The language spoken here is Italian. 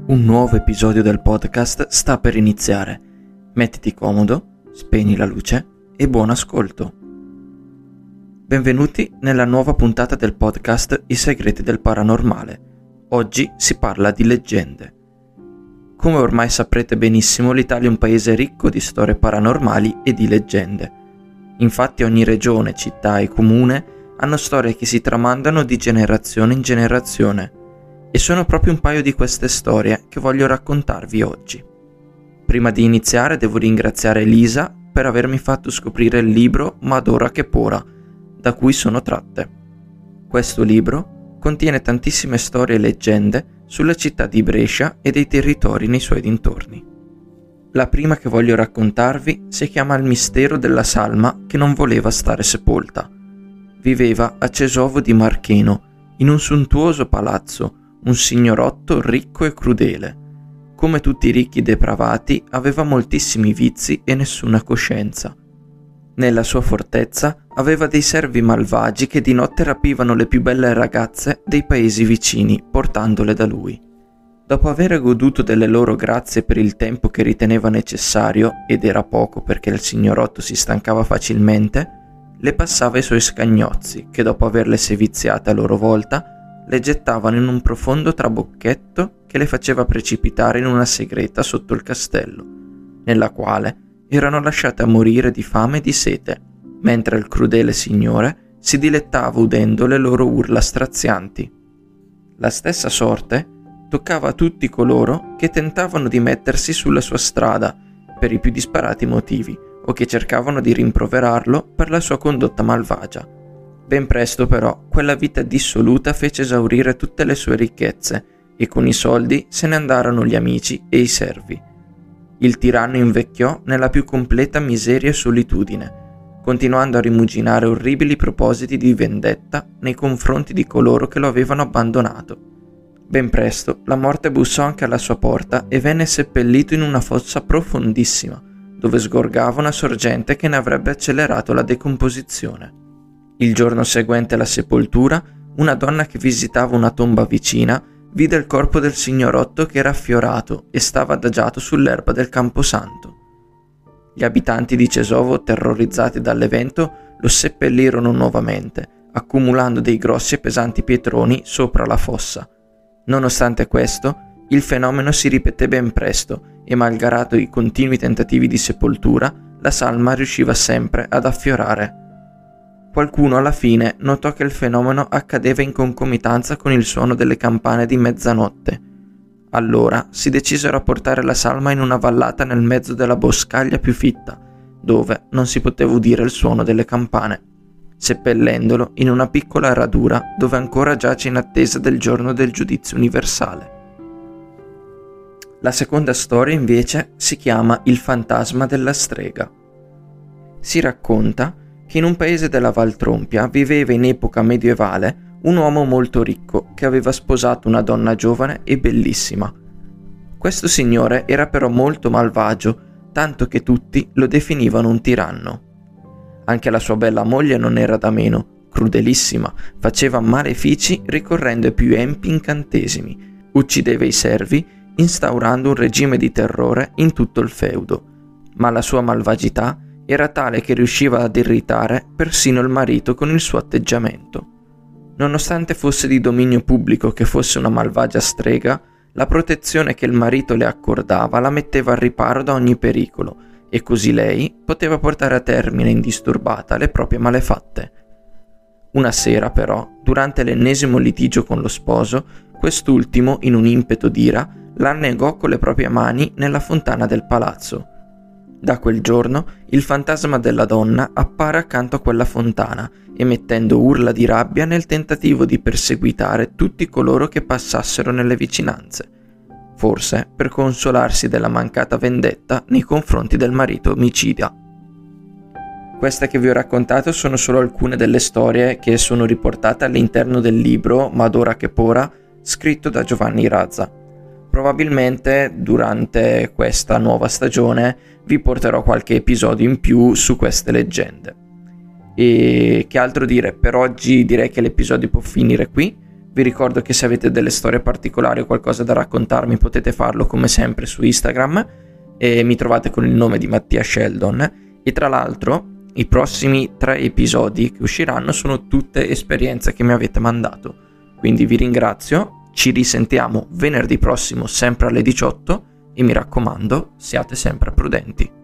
Un nuovo episodio del podcast sta per iniziare. Mettiti comodo, spegni la luce e buon ascolto. Benvenuti nella nuova puntata del podcast I segreti del paranormale. Oggi si parla di leggende. Come ormai saprete benissimo, l'Italia è un paese ricco di storie paranormali e di leggende. Infatti ogni regione, città e comune hanno storie che si tramandano di generazione in generazione. E sono proprio un paio di queste storie che voglio raccontarvi oggi. Prima di iniziare devo ringraziare Elisa per avermi fatto scoprire il libro Madora che Pora, da cui sono tratte. Questo libro contiene tantissime storie e leggende sulla città di Brescia e dei territori nei suoi dintorni. La prima che voglio raccontarvi si chiama Il mistero della salma che non voleva stare sepolta. Viveva a Cesovo di Marcheno, in un sontuoso palazzo, un signorotto ricco e crudele. Come tutti i ricchi depravati, aveva moltissimi vizi e nessuna coscienza. Nella sua fortezza aveva dei servi malvagi che di notte rapivano le più belle ragazze dei paesi vicini, portandole da lui. Dopo aver goduto delle loro grazie per il tempo che riteneva necessario, ed era poco perché il signorotto si stancava facilmente, le passava i suoi scagnozzi, che dopo averle seviziate a loro volta, le gettavano in un profondo trabocchetto che le faceva precipitare in una segreta sotto il castello, nella quale erano lasciate a morire di fame e di sete, mentre il crudele signore si dilettava udendo le loro urla strazianti. La stessa sorte toccava a tutti coloro che tentavano di mettersi sulla sua strada per i più disparati motivi o che cercavano di rimproverarlo per la sua condotta malvagia. Ben presto però quella vita dissoluta fece esaurire tutte le sue ricchezze e con i soldi se ne andarono gli amici e i servi. Il tiranno invecchiò nella più completa miseria e solitudine, continuando a rimuginare orribili propositi di vendetta nei confronti di coloro che lo avevano abbandonato. Ben presto la morte bussò anche alla sua porta e venne seppellito in una fossa profondissima, dove sgorgava una sorgente che ne avrebbe accelerato la decomposizione. Il giorno seguente alla sepoltura, una donna che visitava una tomba vicina vide il corpo del signorotto che era affiorato e stava adagiato sull'erba del camposanto. Gli abitanti di Cesovo, terrorizzati dall'evento, lo seppellirono nuovamente, accumulando dei grossi e pesanti pietroni sopra la fossa. Nonostante questo, il fenomeno si ripeté ben presto e, malgrado i continui tentativi di sepoltura, la salma riusciva sempre ad affiorare. Qualcuno alla fine notò che il fenomeno accadeva in concomitanza con il suono delle campane di mezzanotte. Allora si decisero a portare la salma in una vallata nel mezzo della boscaglia più fitta, dove non si poteva udire il suono delle campane, seppellendolo in una piccola radura dove ancora giace in attesa del giorno del giudizio universale. La seconda storia invece si chiama Il fantasma della strega. Si racconta che in un paese della Valtrompia viveva in epoca medievale un uomo molto ricco che aveva sposato una donna giovane e bellissima. Questo signore era però molto malvagio, tanto che tutti lo definivano un tiranno. Anche la sua bella moglie non era da meno, crudelissima, faceva malefici ricorrendo ai più empi incantesimi, uccideva i servi, instaurando un regime di terrore in tutto il feudo. Ma la sua malvagità era tale che riusciva ad irritare persino il marito con il suo atteggiamento. Nonostante fosse di dominio pubblico che fosse una malvagia strega, la protezione che il marito le accordava la metteva al riparo da ogni pericolo e così lei poteva portare a termine indisturbata le proprie malefatte. Una sera però, durante l'ennesimo litigio con lo sposo, quest'ultimo, in un impeto d'ira, la annegò con le proprie mani nella fontana del palazzo. Da quel giorno il fantasma della donna appare accanto a quella fontana, emettendo urla di rabbia nel tentativo di perseguitare tutti coloro che passassero nelle vicinanze, forse per consolarsi della mancata vendetta nei confronti del marito omicida. Queste che vi ho raccontato sono solo alcune delle storie che sono riportate all'interno del libro Madora che Pora, scritto da Giovanni Razza. Probabilmente durante questa nuova stagione vi porterò qualche episodio in più su queste leggende. E che altro dire? Per oggi direi che l'episodio può finire qui. Vi ricordo che se avete delle storie particolari o qualcosa da raccontarmi potete farlo come sempre su Instagram e mi trovate con il nome di Mattia Sheldon. E tra l'altro i prossimi 3 episodi che usciranno sono tutte esperienze che mi avete mandato, quindi vi ringrazio, ci risentiamo venerdì prossimo sempre alle 18 e mi raccomando, siate sempre prudenti.